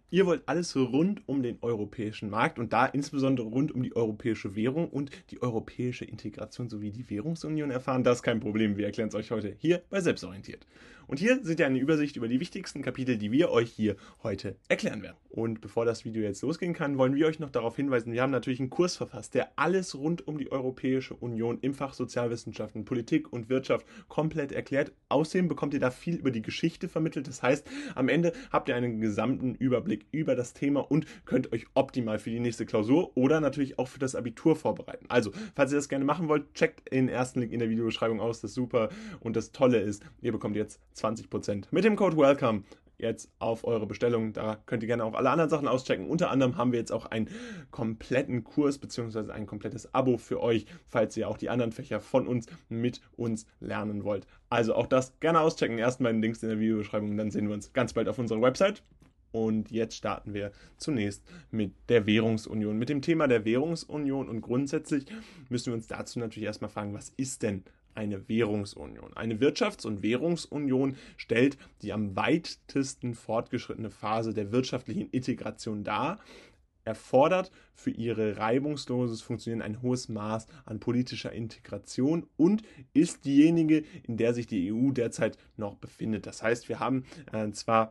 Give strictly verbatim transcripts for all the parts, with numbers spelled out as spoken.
Ihr wollt alles rund um den europäischen Markt und da insbesondere rund um die europäische Währung und die europäische Integration sowie die Währungsunion erfahren. Das ist kein Problem, wir erklären es euch heute hier bei Selbstorientiert. Und hier seht ihr eine Übersicht über die wichtigsten Kapitel, die wir euch hier heute erklären werden. Und bevor das Video jetzt losgehen kann, wollen wir euch noch darauf hinweisen, wir haben natürlich einen Kurs verfasst, der alles rund um die Europäische Union im Fach Sozialwissenschaften, Politik und Wirtschaft komplett erklärt. Außerdem bekommt ihr da viel über die Geschichte vermittelt. Das heißt, am Ende habt ihr einen gesamten Überblick über das Thema und könnt euch optimal für die nächste Klausur oder natürlich auch für das Abitur vorbereiten. Also, falls ihr das gerne machen wollt, checkt den ersten Link in der Videobeschreibung aus. Das ist super. Und das Tolle ist, ihr bekommt jetzt zwanzig Prozent mit dem Code WELCOME jetzt auf eure Bestellung. Da könnt ihr gerne auch alle anderen Sachen auschecken. Unter anderem haben wir jetzt auch einen kompletten Kurs bzw. ein komplettes Abo für euch, falls ihr auch die anderen Fächer von uns mit uns lernen wollt. Also auch das gerne auschecken. Die ersten beiden Links in der Videobeschreibung. Dann sehen wir uns ganz bald auf unserer Website. Und jetzt starten wir zunächst mit der Währungsunion, mit dem Thema der Währungsunion. Und grundsätzlich müssen wir uns dazu natürlich erstmal fragen, was ist denn eine Währungsunion? Eine Wirtschafts- und Währungsunion stellt die am weitesten fortgeschrittene Phase der wirtschaftlichen Integration dar, erfordert für ihre reibungsloses Funktionieren ein hohes Maß an politischer Integration und ist diejenige, in der sich die E U derzeit noch befindet. Das heißt, wir haben äh, zwar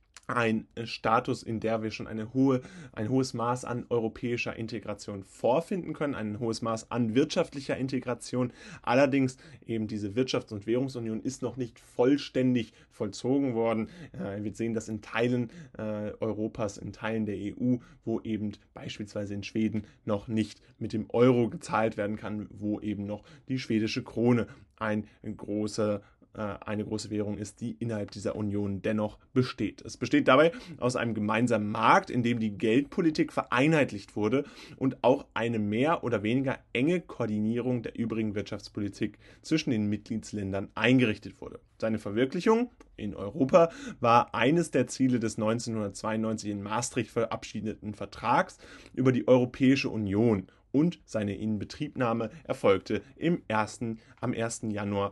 ein Status, in der wir schon eine hohe, ein hohes Maß an europäischer Integration vorfinden können, ein hohes Maß an wirtschaftlicher Integration. Allerdings eben diese Wirtschafts- und Währungsunion ist noch nicht vollständig vollzogen worden. Äh, wir sehen das in Teilen äh, Europas, in Teilen der E U, wo eben beispielsweise in Schweden noch nicht mit dem Euro gezahlt werden kann, wo eben noch die schwedische Krone ein großer eine große Währung ist, die innerhalb dieser Union dennoch besteht. Es besteht dabei aus einem gemeinsamen Markt, in dem die Geldpolitik vereinheitlicht wurde und auch eine mehr oder weniger enge Koordinierung der übrigen Wirtschaftspolitik zwischen den Mitgliedsländern eingerichtet wurde. Seine Verwirklichung in Europa war eines der Ziele des neunzehnhundertzweiundneunzig in Maastricht verabschiedeten Vertrags über die Europäische Union und seine Inbetriebnahme erfolgte im ersten, am ersten Januar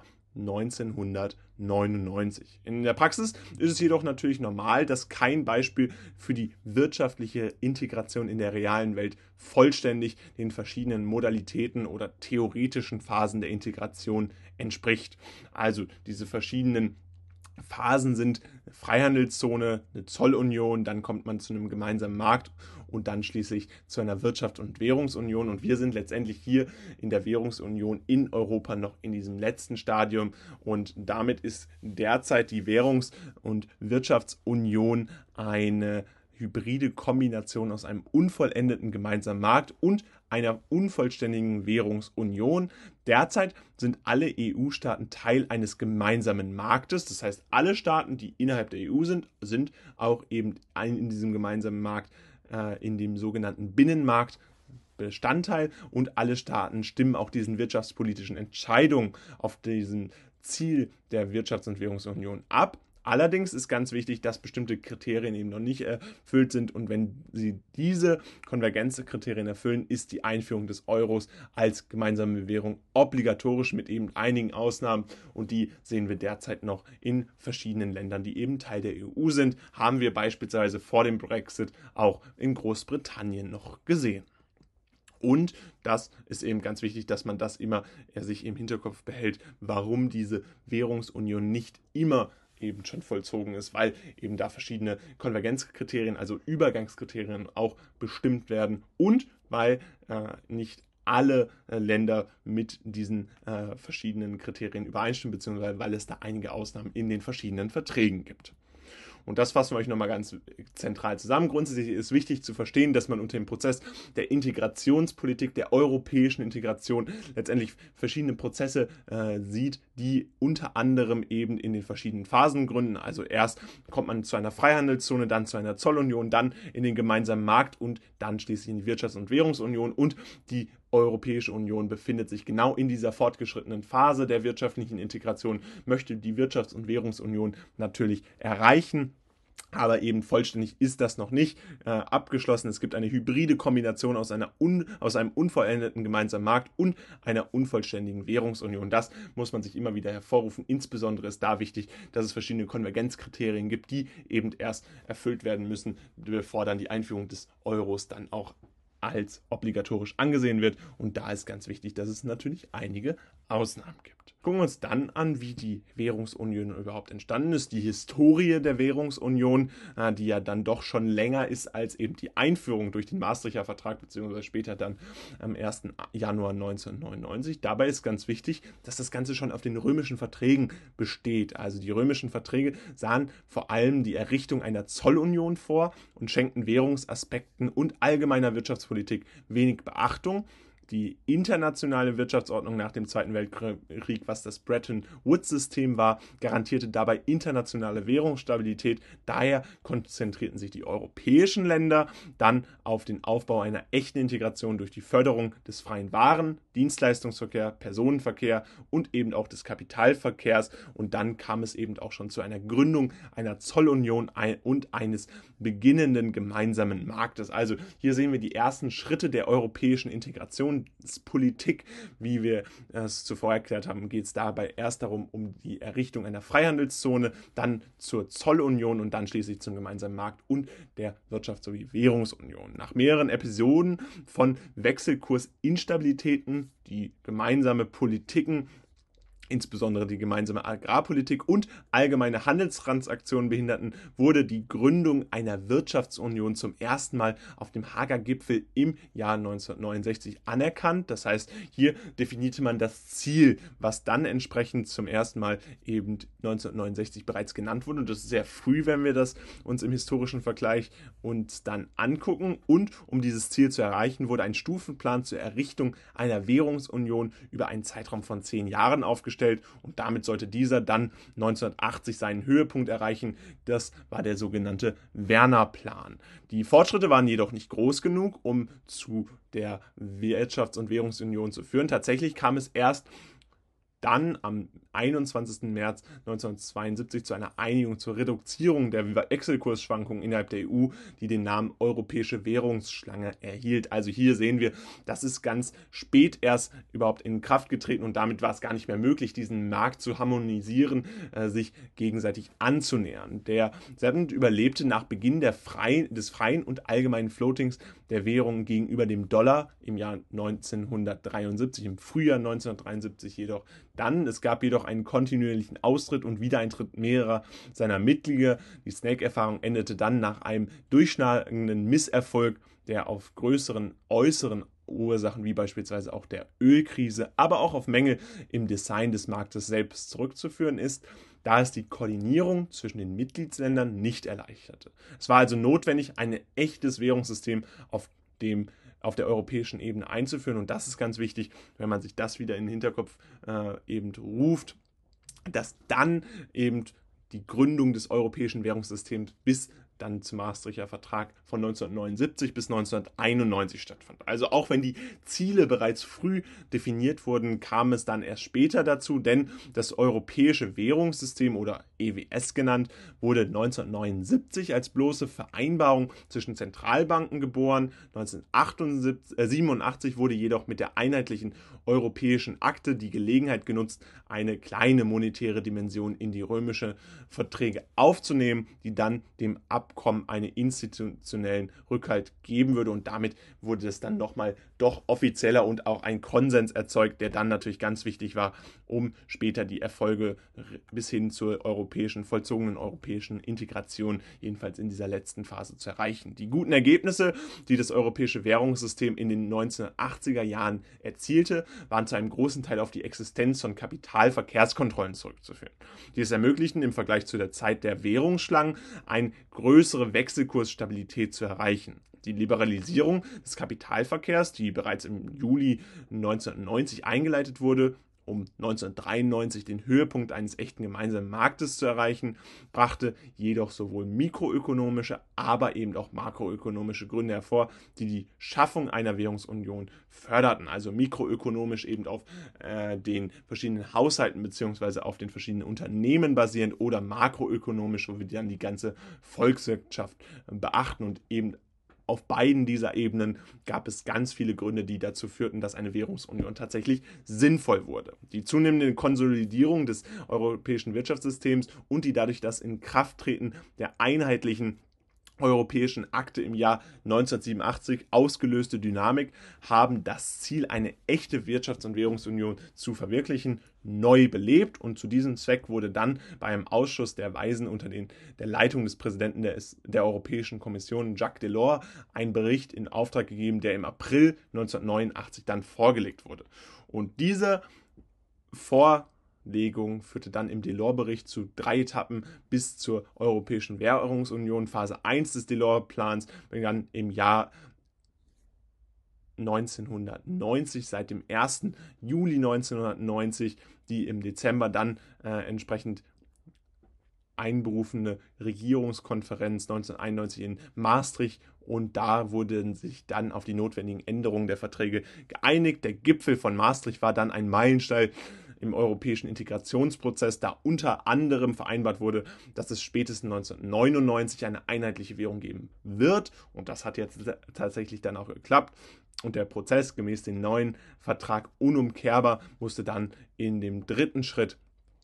neunzehnhundertneunundneunzig. In der Praxis ist es jedoch natürlich normal, dass kein Beispiel für die wirtschaftliche Integration in der realen Welt vollständig den verschiedenen Modalitäten oder theoretischen Phasen der Integration entspricht. Also diese verschiedenen Phasen sind Freihandelszone, eine Zollunion, dann kommt man zu einem gemeinsamen Markt und dann schließlich zu einer Wirtschafts- und Währungsunion. Und wir sind letztendlich hier in der Währungsunion in Europa noch in diesem letzten Stadium. Und damit ist derzeit die Währungs- und Wirtschaftsunion eine hybride Kombination aus einem unvollendeten gemeinsamen Markt und einer unvollständigen Währungsunion. Derzeit sind alle E U-Staaten Teil eines gemeinsamen Marktes. Das heißt, alle Staaten, die innerhalb der E U sind, sind auch eben in diesem gemeinsamen Markt, äh, in dem sogenannten Binnenmarkt Bestandteil und alle Staaten stimmen auch diesen wirtschaftspolitischen Entscheidungen auf diesem Ziel der Wirtschafts- und Währungsunion ab. Allerdings ist ganz wichtig, dass bestimmte Kriterien eben noch nicht erfüllt sind und wenn sie diese Konvergenzkriterien erfüllen, ist die Einführung des Euros als gemeinsame Währung obligatorisch mit eben einigen Ausnahmen und die sehen wir derzeit noch in verschiedenen Ländern, die eben Teil der E U sind. Haben wir beispielsweise vor dem Brexit auch in Großbritannien noch gesehen. Und das ist eben ganz wichtig, dass man das immer sich im Hinterkopf behält, warum diese Währungsunion nicht immer eben schon vollzogen ist, weil eben da verschiedene Konvergenzkriterien, also Übergangskriterien auch bestimmt werden und weil äh, nicht alle äh, Länder mit diesen äh, verschiedenen Kriterien übereinstimmen, beziehungsweise weil es da einige Ausnahmen in den verschiedenen Verträgen gibt. Und das fassen wir euch nochmal ganz zentral zusammen. Grundsätzlich ist wichtig zu verstehen, dass man unter dem Prozess der Integrationspolitik, der europäischen Integration letztendlich verschiedene Prozesse äh, sieht, die unter anderem eben in den verschiedenen Phasen gründen. Also erst kommt man zu einer Freihandelszone, dann zu einer Zollunion, dann in den gemeinsamen Markt und dann schließlich in die Wirtschafts- und Währungsunion und die Europäische Union befindet sich genau in dieser fortgeschrittenen Phase der wirtschaftlichen Integration, möchte die Wirtschafts- und Währungsunion natürlich erreichen. Aber eben vollständig ist das noch nicht äh, abgeschlossen. Es gibt eine hybride Kombination aus, einer un, aus einem unvollendeten gemeinsamen Markt und einer unvollständigen Währungsunion. Das muss man sich immer wieder hervorrufen. Insbesondere ist da wichtig, dass es verschiedene Konvergenzkriterien gibt, die eben erst erfüllt werden müssen, bevor dann die Einführung des Euros dann auch als obligatorisch angesehen wird. Und da ist ganz wichtig, dass es natürlich einige Ausnahmen gibt. Gucken wir uns dann an, wie die Währungsunion überhaupt entstanden ist. Die Historie der Währungsunion, die ja dann doch schon länger ist als eben die Einführung durch den Maastrichter Vertrag, beziehungsweise später dann am ersten Januar neunzehnhundertneunundneunzig. Dabei ist ganz wichtig, dass das Ganze schon auf den römischen Verträgen besteht. Also die römischen Verträge sahen vor allem die Errichtung einer Zollunion vor und schenkten Währungsaspekten und allgemeiner Wirtschaftspolitik wenig Beachtung. Die internationale Wirtschaftsordnung nach dem Zweiten Weltkrieg, was das Bretton-Woods-System war, garantierte dabei internationale Währungsstabilität. Daher konzentrierten sich die europäischen Länder dann auf den Aufbau einer echten Integration durch die Förderung des freien Waren-, Dienstleistungsverkehrs, Personenverkehr und eben auch des Kapitalverkehrs. Und dann kam es eben auch schon zu einer Gründung einer Zollunion und eines beginnenden gemeinsamen Marktes. Also hier sehen wir die ersten Schritte der europäischen Integrationspolitik. Wie wir es zuvor erklärt haben, geht es dabei erst darum, um die Errichtung einer Freihandelszone, dann zur Zollunion und dann schließlich zum gemeinsamen Markt und der Wirtschafts- sowie Währungsunion. Nach mehreren Episoden von Wechselkursinstabilitäten, die gemeinsame Politiken, insbesondere die gemeinsame Agrarpolitik und allgemeine Handelstransaktionen behinderten, wurde die Gründung einer Wirtschaftsunion zum ersten Mal auf dem Haager Gipfel im Jahr neunzehnhundertneunundsechzig anerkannt. Das heißt, hier definierte man das Ziel, was dann entsprechend zum ersten Mal eben neunzehnhundertneunundsechzig bereits genannt wurde. Und das ist sehr früh, wenn wir das uns im historischen Vergleich uns dann angucken. Und um dieses Ziel zu erreichen, wurde ein Stufenplan zur Errichtung einer Währungsunion über einen Zeitraum von zehn Jahren aufgestellt. Und damit sollte dieser dann neunzehnhundertachtzig seinen Höhepunkt erreichen. Das war der sogenannte Werner-Plan. Die Fortschritte waren jedoch nicht groß genug, um zu der Wirtschafts- und Währungsunion zu führen. Tatsächlich kam es erst dann am einundzwanzigsten März neunzehnhundertzweiundsiebzig zu einer Einigung zur Reduzierung der Wechselkursschwankungen innerhalb der E U, die den Namen Europäische Währungsschlange erhielt. Also hier sehen wir, das ist ganz spät erst überhaupt in Kraft getreten und damit war es gar nicht mehr möglich, diesen Markt zu harmonisieren, äh, sich gegenseitig anzunähern. Der Settlement überlebte nach Beginn der frei, des freien und allgemeinen Floatings der Währung gegenüber dem Dollar im Jahr neunzehnhundertdreiundsiebzig, im Frühjahr neunzehnhundertdreiundsiebzig jedoch dann. Es gab jedoch einen kontinuierlichen Austritt und Wiedereintritt mehrerer seiner Mitglieder. Die Snake-Erfahrung endete dann nach einem durchschlagenden Misserfolg, der auf größeren äußeren Ursachen wie beispielsweise auch der Ölkrise, aber auch auf Mängel im Design des Marktes selbst zurückzuführen ist, da es die Koordinierung zwischen den Mitgliedsländern nicht erleichterte. Es war also notwendig, ein echtes Währungssystem auf dem auf der europäischen Ebene einzuführen. Und das ist ganz wichtig, wenn man sich das wieder in den Hinterkopf äh, eben ruft, dass dann eben die Gründung des europäischen Währungssystems bis dann zum Maastrichter Vertrag von neunzehnhundertneunundsiebzig bis neunzehnhunderteinundneunzig stattfand. Also auch wenn die Ziele bereits früh definiert wurden, kam es dann erst später dazu, denn das europäische Währungssystem oder E W S genannt, wurde neunzehnhundertneunundsiebzig als bloße Vereinbarung zwischen Zentralbanken geboren. neunzehnhundertsiebenundachtzig wurde jedoch mit der einheitlichen europäischen Akte die Gelegenheit genutzt, eine kleine monetäre Dimension in die römische Verträge aufzunehmen, die dann dem Abkommen einen institutionellen Rückhalt geben würde und damit wurde es dann nochmal doch offizieller und auch ein Konsens erzeugt, der dann natürlich ganz wichtig war, um später die Erfolge bis hin zur europäischen, vollzogenen europäischen Integration, jedenfalls in dieser letzten Phase, zu erreichen. Die guten Ergebnisse, die das europäische Währungssystem in den neunzehnhundertachtziger Jahren erzielte, waren zu einem großen Teil auf die Existenz von Kapitalverkehrskontrollen zurückzuführen. Die es ermöglichten, im Vergleich zu der Zeit der Währungsschlangen eine größere Wechselkursstabilität zu erreichen. Die Liberalisierung des Kapitalverkehrs, die bereits im Juli neunzehnhundertneunzig eingeleitet wurde um neunzehnhundertdreiundneunzig den Höhepunkt eines echten gemeinsamen Marktes zu erreichen, brachte jedoch sowohl mikroökonomische, aber eben auch makroökonomische Gründe hervor, die die Schaffung einer Währungsunion förderten. Also mikroökonomisch eben auf äh, den verschiedenen Haushalten bzw. auf den verschiedenen Unternehmen basierend oder makroökonomisch, wo wir dann die ganze Volkswirtschaft äh, beachten und eben auf beiden dieser Ebenen gab es ganz viele Gründe, die dazu führten, dass eine Währungsunion tatsächlich sinnvoll wurde. Die zunehmende Konsolidierung des europäischen Wirtschaftssystems und die dadurch das Inkrafttreten der einheitlichen europäischen Akte im Jahr neunzehnhundertsiebenundachtzig ausgelöste Dynamik haben das Ziel, eine echte Wirtschafts- und Währungsunion zu verwirklichen, neu belebt, und zu diesem Zweck wurde dann bei einem Ausschuss der Weisen unter den, der Leitung des Präsidenten der, der Europäischen Kommission, Jacques Delors, ein Bericht in Auftrag gegeben, der im April neunzehnhundertneunundachtzig dann vorgelegt wurde. Und diese Vor Legung führte dann im Delors-Bericht zu drei Etappen bis zur Europäischen Währungsunion. Phase eins des Delors-Plans begann im Jahr neunzehnhundertneunzig, seit dem ersten Juli neunzehnhundertneunzig, die im Dezember dann äh, entsprechend einberufene Regierungskonferenz neunzehnhunderteinundneunzig in Maastricht, und da wurden sich dann auf die notwendigen Änderungen der Verträge geeinigt. Der Gipfel von Maastricht war dann ein Meilenstein im europäischen Integrationsprozess, da unter anderem vereinbart wurde, dass es spätestens neunzehnhundertneunundneunzig eine einheitliche Währung geben wird, und das hat jetzt tatsächlich dann auch geklappt. Und der Prozess gemäß dem neuen Vertrag unumkehrbar musste dann in dem dritten Schritt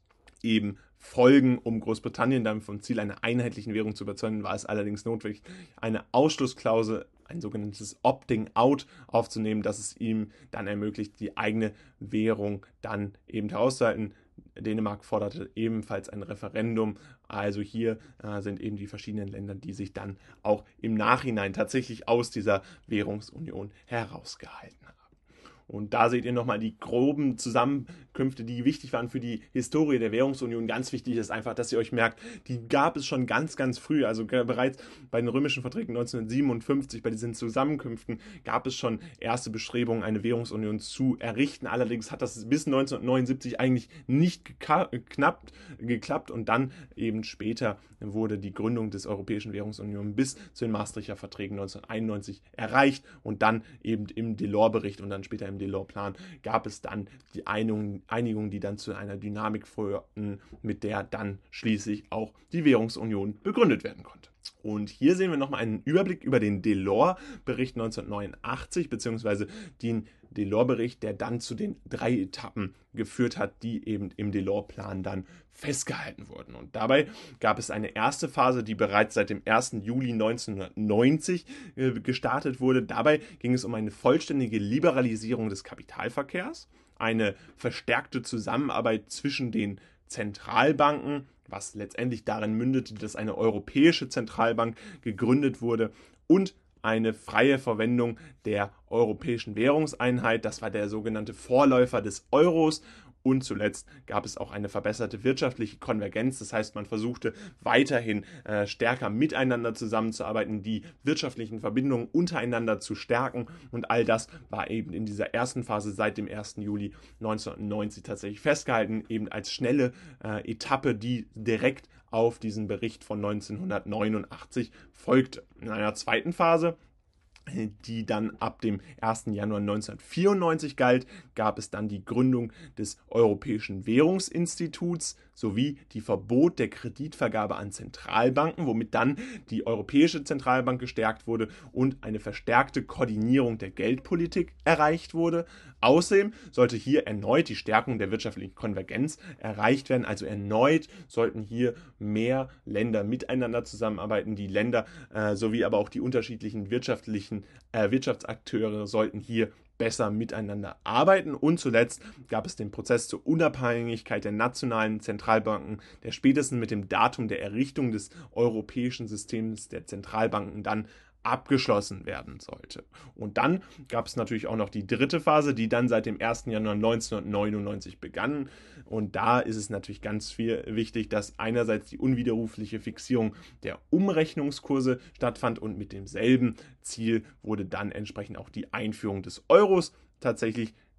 eben folgen. Um Großbritannien dann vom Ziel einer einheitlichen Währung zu überzeugen, war es allerdings notwendig, eine Ausschlussklausel, ein sogenanntes Opting-out aufzunehmen, das es ihm dann ermöglicht, die eigene Währung dann eben herauszuhalten. Dänemark forderte ebenfalls ein Referendum. Also hier äh, sind eben die verschiedenen Länder, die sich dann auch im Nachhinein tatsächlich aus dieser Währungsunion herausgehalten haben. Und da seht ihr nochmal die groben Zusammenkünfte, die wichtig waren für die Historie der Währungsunion. Ganz wichtig ist einfach, dass ihr euch merkt, die gab es schon ganz, ganz früh. Also bereits bei den römischen Verträgen neunzehnhundertsiebenundfünfzig, bei diesen Zusammenkünften, gab es schon erste Bestrebungen, eine Währungsunion zu errichten. Allerdings hat das bis neunzehnhundertneunundsiebzig eigentlich nicht geknappt, geklappt. Und dann eben später wurde die Gründung des Europäischen Währungsunion bis zu den Maastrichter Verträgen neunzehnhunderteinundneunzig erreicht. Und dann eben im Delors-Bericht und dann später im Delors-Plan gab es dann die Einigung, Einigung, die dann zu einer Dynamik führten, mit der dann schließlich auch die Währungsunion begründet werden konnte. Und hier sehen wir nochmal einen Überblick über den Delors-Bericht neunzehnhundertneunundachtzig, beziehungsweise den Delors-Bericht, der dann zu den drei Etappen geführt hat, die eben im Delors-Plan dann festgehalten wurden. Und dabei gab es eine erste Phase, die bereits seit dem ersten Juli neunzehnhundertneunzig äh, gestartet wurde. Dabei ging es um eine vollständige Liberalisierung des Kapitalverkehrs, eine verstärkte Zusammenarbeit zwischen den Zentralbanken, was letztendlich darin mündete, dass eine europäische Zentralbank gegründet wurde, und eine freie Verwendung der europäischen Währungseinheit. Das war der sogenannte Vorläufer des Euros. Und zuletzt gab es auch eine verbesserte wirtschaftliche Konvergenz. Das heißt, man versuchte weiterhin äh, stärker miteinander zusammenzuarbeiten, die wirtschaftlichen Verbindungen untereinander zu stärken. Und all das war eben in dieser ersten Phase seit dem ersten Juli neunzehnhundertneunzig tatsächlich festgehalten, eben als schnelle äh, Etappe, die direkt auf diesen Bericht von neunzehnhundertneunundachtzig folgte. In einer zweiten Phase, die dann ab dem ersten Januar neunzehnhundertvierundneunzig galt, gab es dann die Gründung des Europäischen Währungsinstituts sowie die Verbot der Kreditvergabe an Zentralbanken, womit dann die Europäische Zentralbank gestärkt wurde und eine verstärkte Koordinierung der Geldpolitik erreicht wurde. Außerdem sollte hier erneut die Stärkung der wirtschaftlichen Konvergenz erreicht werden, also erneut sollten hier mehr Länder miteinander zusammenarbeiten. Die Länder äh, sowie aber auch die unterschiedlichen wirtschaftlichen äh, Wirtschaftsakteure sollten hier besser miteinander arbeiten. Und zuletzt gab es den Prozess zur Unabhängigkeit der nationalen Zentralbanken, der spätestens mit dem Datum der Errichtung des europäischen Systems der Zentralbanken dann abgeschlossen werden sollte. Und dann gab es natürlich auch noch die dritte Phase, die dann seit dem ersten Januar neunzehnhundertneunundneunzig begann. Und da ist es natürlich ganz viel wichtig, dass einerseits die unwiderrufliche Fixierung der Umrechnungskurse stattfand, und mit demselben Ziel wurde dann entsprechend auch die Einführung des Euros tatsächlich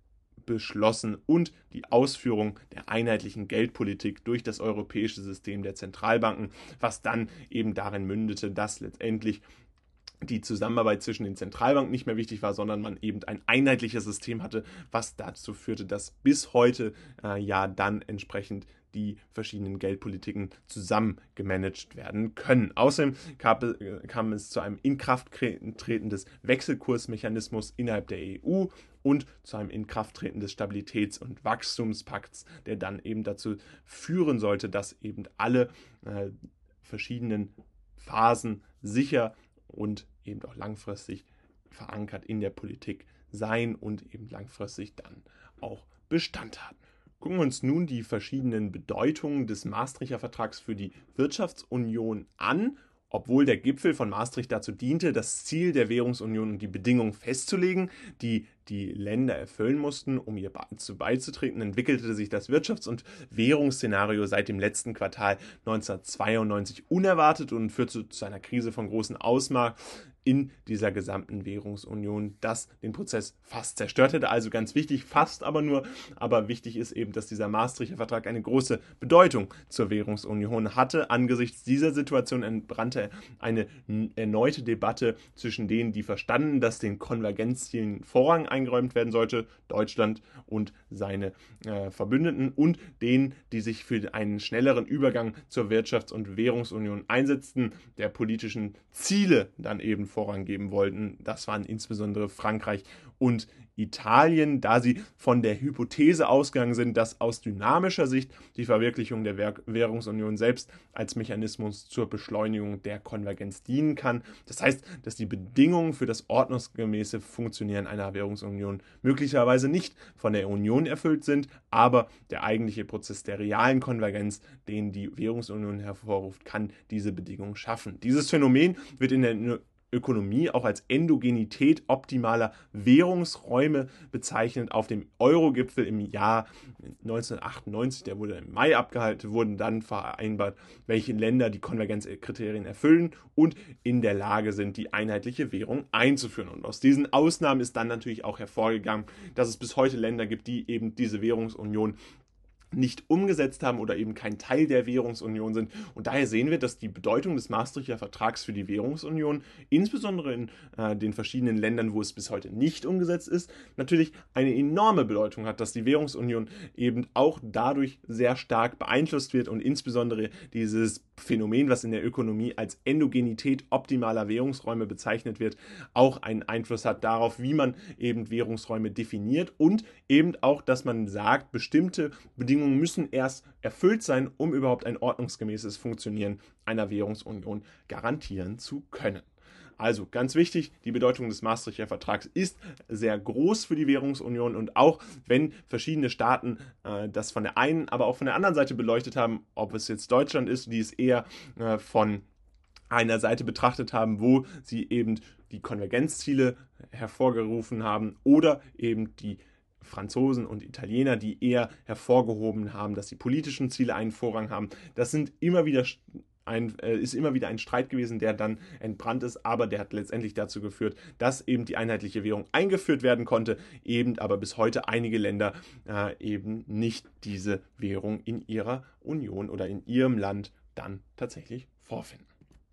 beschlossen und die Ausführung der einheitlichen Geldpolitik durch das europäische System der Zentralbanken, was dann eben darin mündete, dass letztendlich die Zusammenarbeit zwischen den Zentralbanken nicht mehr wichtig war, sondern man eben ein einheitliches System hatte, was dazu führte, dass bis heute äh, ja dann entsprechend die verschiedenen Geldpolitiken zusammen gemanagt werden können. Außerdem kam, äh, kam es zu einem Inkrafttreten des Wechselkursmechanismus innerhalb der E U und zu einem Inkrafttreten des Stabilitäts- und Wachstumspakts, der dann eben dazu führen sollte, dass eben alle äh, verschiedenen Phasen sicher und eben auch langfristig verankert in der Politik sein und eben langfristig dann auch Bestand haben. Gucken wir uns nun die verschiedenen Bedeutungen des Maastrichter Vertrags für die Wirtschaftsunion an. Obwohl der Gipfel von Maastricht dazu diente, das Ziel der Währungsunion und die Bedingungen festzulegen, die die Länder erfüllen mussten, um ihr zu beizutreten, entwickelte sich das Wirtschafts- und Währungsszenario seit dem letzten Quartal neunzehnhundertzweiundneunzig unerwartet und führte zu einer Krise von großem Ausmaß in dieser gesamten Währungsunion, das den Prozess fast zerstört hätte. Also ganz wichtig, fast aber nur, aber wichtig ist eben, dass dieser Maastrichter Vertrag eine große Bedeutung zur Währungsunion hatte. Angesichts dieser Situation entbrannte eine erneute Debatte zwischen denen, die verstanden, dass den Konvergenzzielen Vorrang eingeräumt werden sollte, Deutschland und seine äh, Verbündeten, und denen, die sich für einen schnelleren Übergang zur Wirtschafts- und Währungsunion einsetzten, der politischen Ziele dann eben Vorrang geben wollten. Das waren insbesondere Frankreich und Italien, da sie von der Hypothese ausgegangen sind, dass aus dynamischer Sicht die Verwirklichung der Währungsunion selbst als Mechanismus zur Beschleunigung der Konvergenz dienen kann. Das heißt, dass die Bedingungen für das ordnungsgemäße Funktionieren einer Währungsunion möglicherweise nicht von der Union erfüllt sind, aber der eigentliche Prozess der realen Konvergenz, den die Währungsunion hervorruft, kann diese Bedingungen schaffen. Dieses Phänomen wird in der Ökonomie auch als Endogenität optimaler Währungsräume bezeichnet. Auf dem Euro-Gipfel im Jahr neunzehnhundertachtundneunzig, der wurde im Mai abgehalten, wurden dann vereinbart, welche Länder die Konvergenzkriterien erfüllen und in der Lage sind, die einheitliche Währung einzuführen. Und aus diesen Ausnahmen ist dann natürlich auch hervorgegangen, dass es bis heute Länder gibt, die eben diese Währungsunion nicht umgesetzt haben oder eben kein Teil der Währungsunion sind. Und daher sehen wir, dass die Bedeutung des Maastrichter Vertrags für die Währungsunion, insbesondere in äh, den verschiedenen Ländern, wo es bis heute nicht umgesetzt ist, natürlich eine enorme Bedeutung hat, dass die Währungsunion eben auch dadurch sehr stark beeinflusst wird und insbesondere dieses Phänomen, was in der Ökonomie als Endogenität optimaler Währungsräume bezeichnet wird, auch einen Einfluss hat darauf, wie man eben Währungsräume definiert und eben auch, dass man sagt, bestimmte Bedingungen müssen erst erfüllt sein, um überhaupt ein ordnungsgemäßes Funktionieren einer Währungsunion garantieren zu können. Also ganz wichtig, die Bedeutung des Maastrichter Vertrags ist sehr groß für die Währungsunion, und auch wenn verschiedene Staaten äh, das von der einen, aber auch von der anderen Seite beleuchtet haben, ob es jetzt Deutschland ist, die es eher äh, von einer Seite betrachtet haben, wo sie eben die Konvergenzziele hervorgerufen haben, oder eben die Franzosen und Italiener, die eher hervorgehoben haben, dass die politischen Ziele einen Vorrang haben. Das sind immer wieder Ein, äh, ist immer wieder ein Streit gewesen, der dann entbrannt ist, aber der hat letztendlich dazu geführt, dass eben die einheitliche Währung eingeführt werden konnte, eben aber bis heute einige Länder äh, eben nicht diese Währung in ihrer Union oder in ihrem Land dann tatsächlich vorfinden.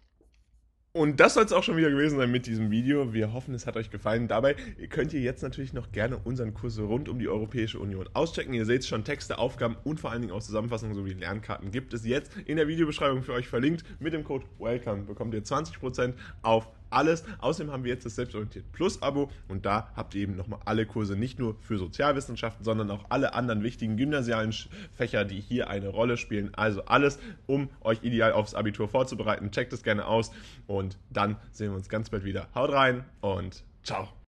Und das soll es auch schon wieder gewesen sein mit diesem Video. Wir hoffen, es hat euch gefallen. Dabei könnt ihr jetzt natürlich noch gerne unseren Kurs rund um die Europäische Union auschecken. Ihr seht schon, Texte, Aufgaben und vor allen Dingen auch Zusammenfassungen sowie Lernkarten gibt es jetzt in der Videobeschreibung für euch verlinkt. Mit dem Code WELCOME bekommt ihr zwanzig Prozent auf alles. Außerdem haben wir jetzt das Selbstorientiert Plus Abo, und da habt ihr eben nochmal alle Kurse, nicht nur für Sozialwissenschaften, sondern auch alle anderen wichtigen gymnasialen Fächer, die hier eine Rolle spielen. Also alles, um euch ideal aufs Abitur vorzubereiten. Checkt es gerne aus und dann sehen wir uns ganz bald wieder. Haut rein und ciao!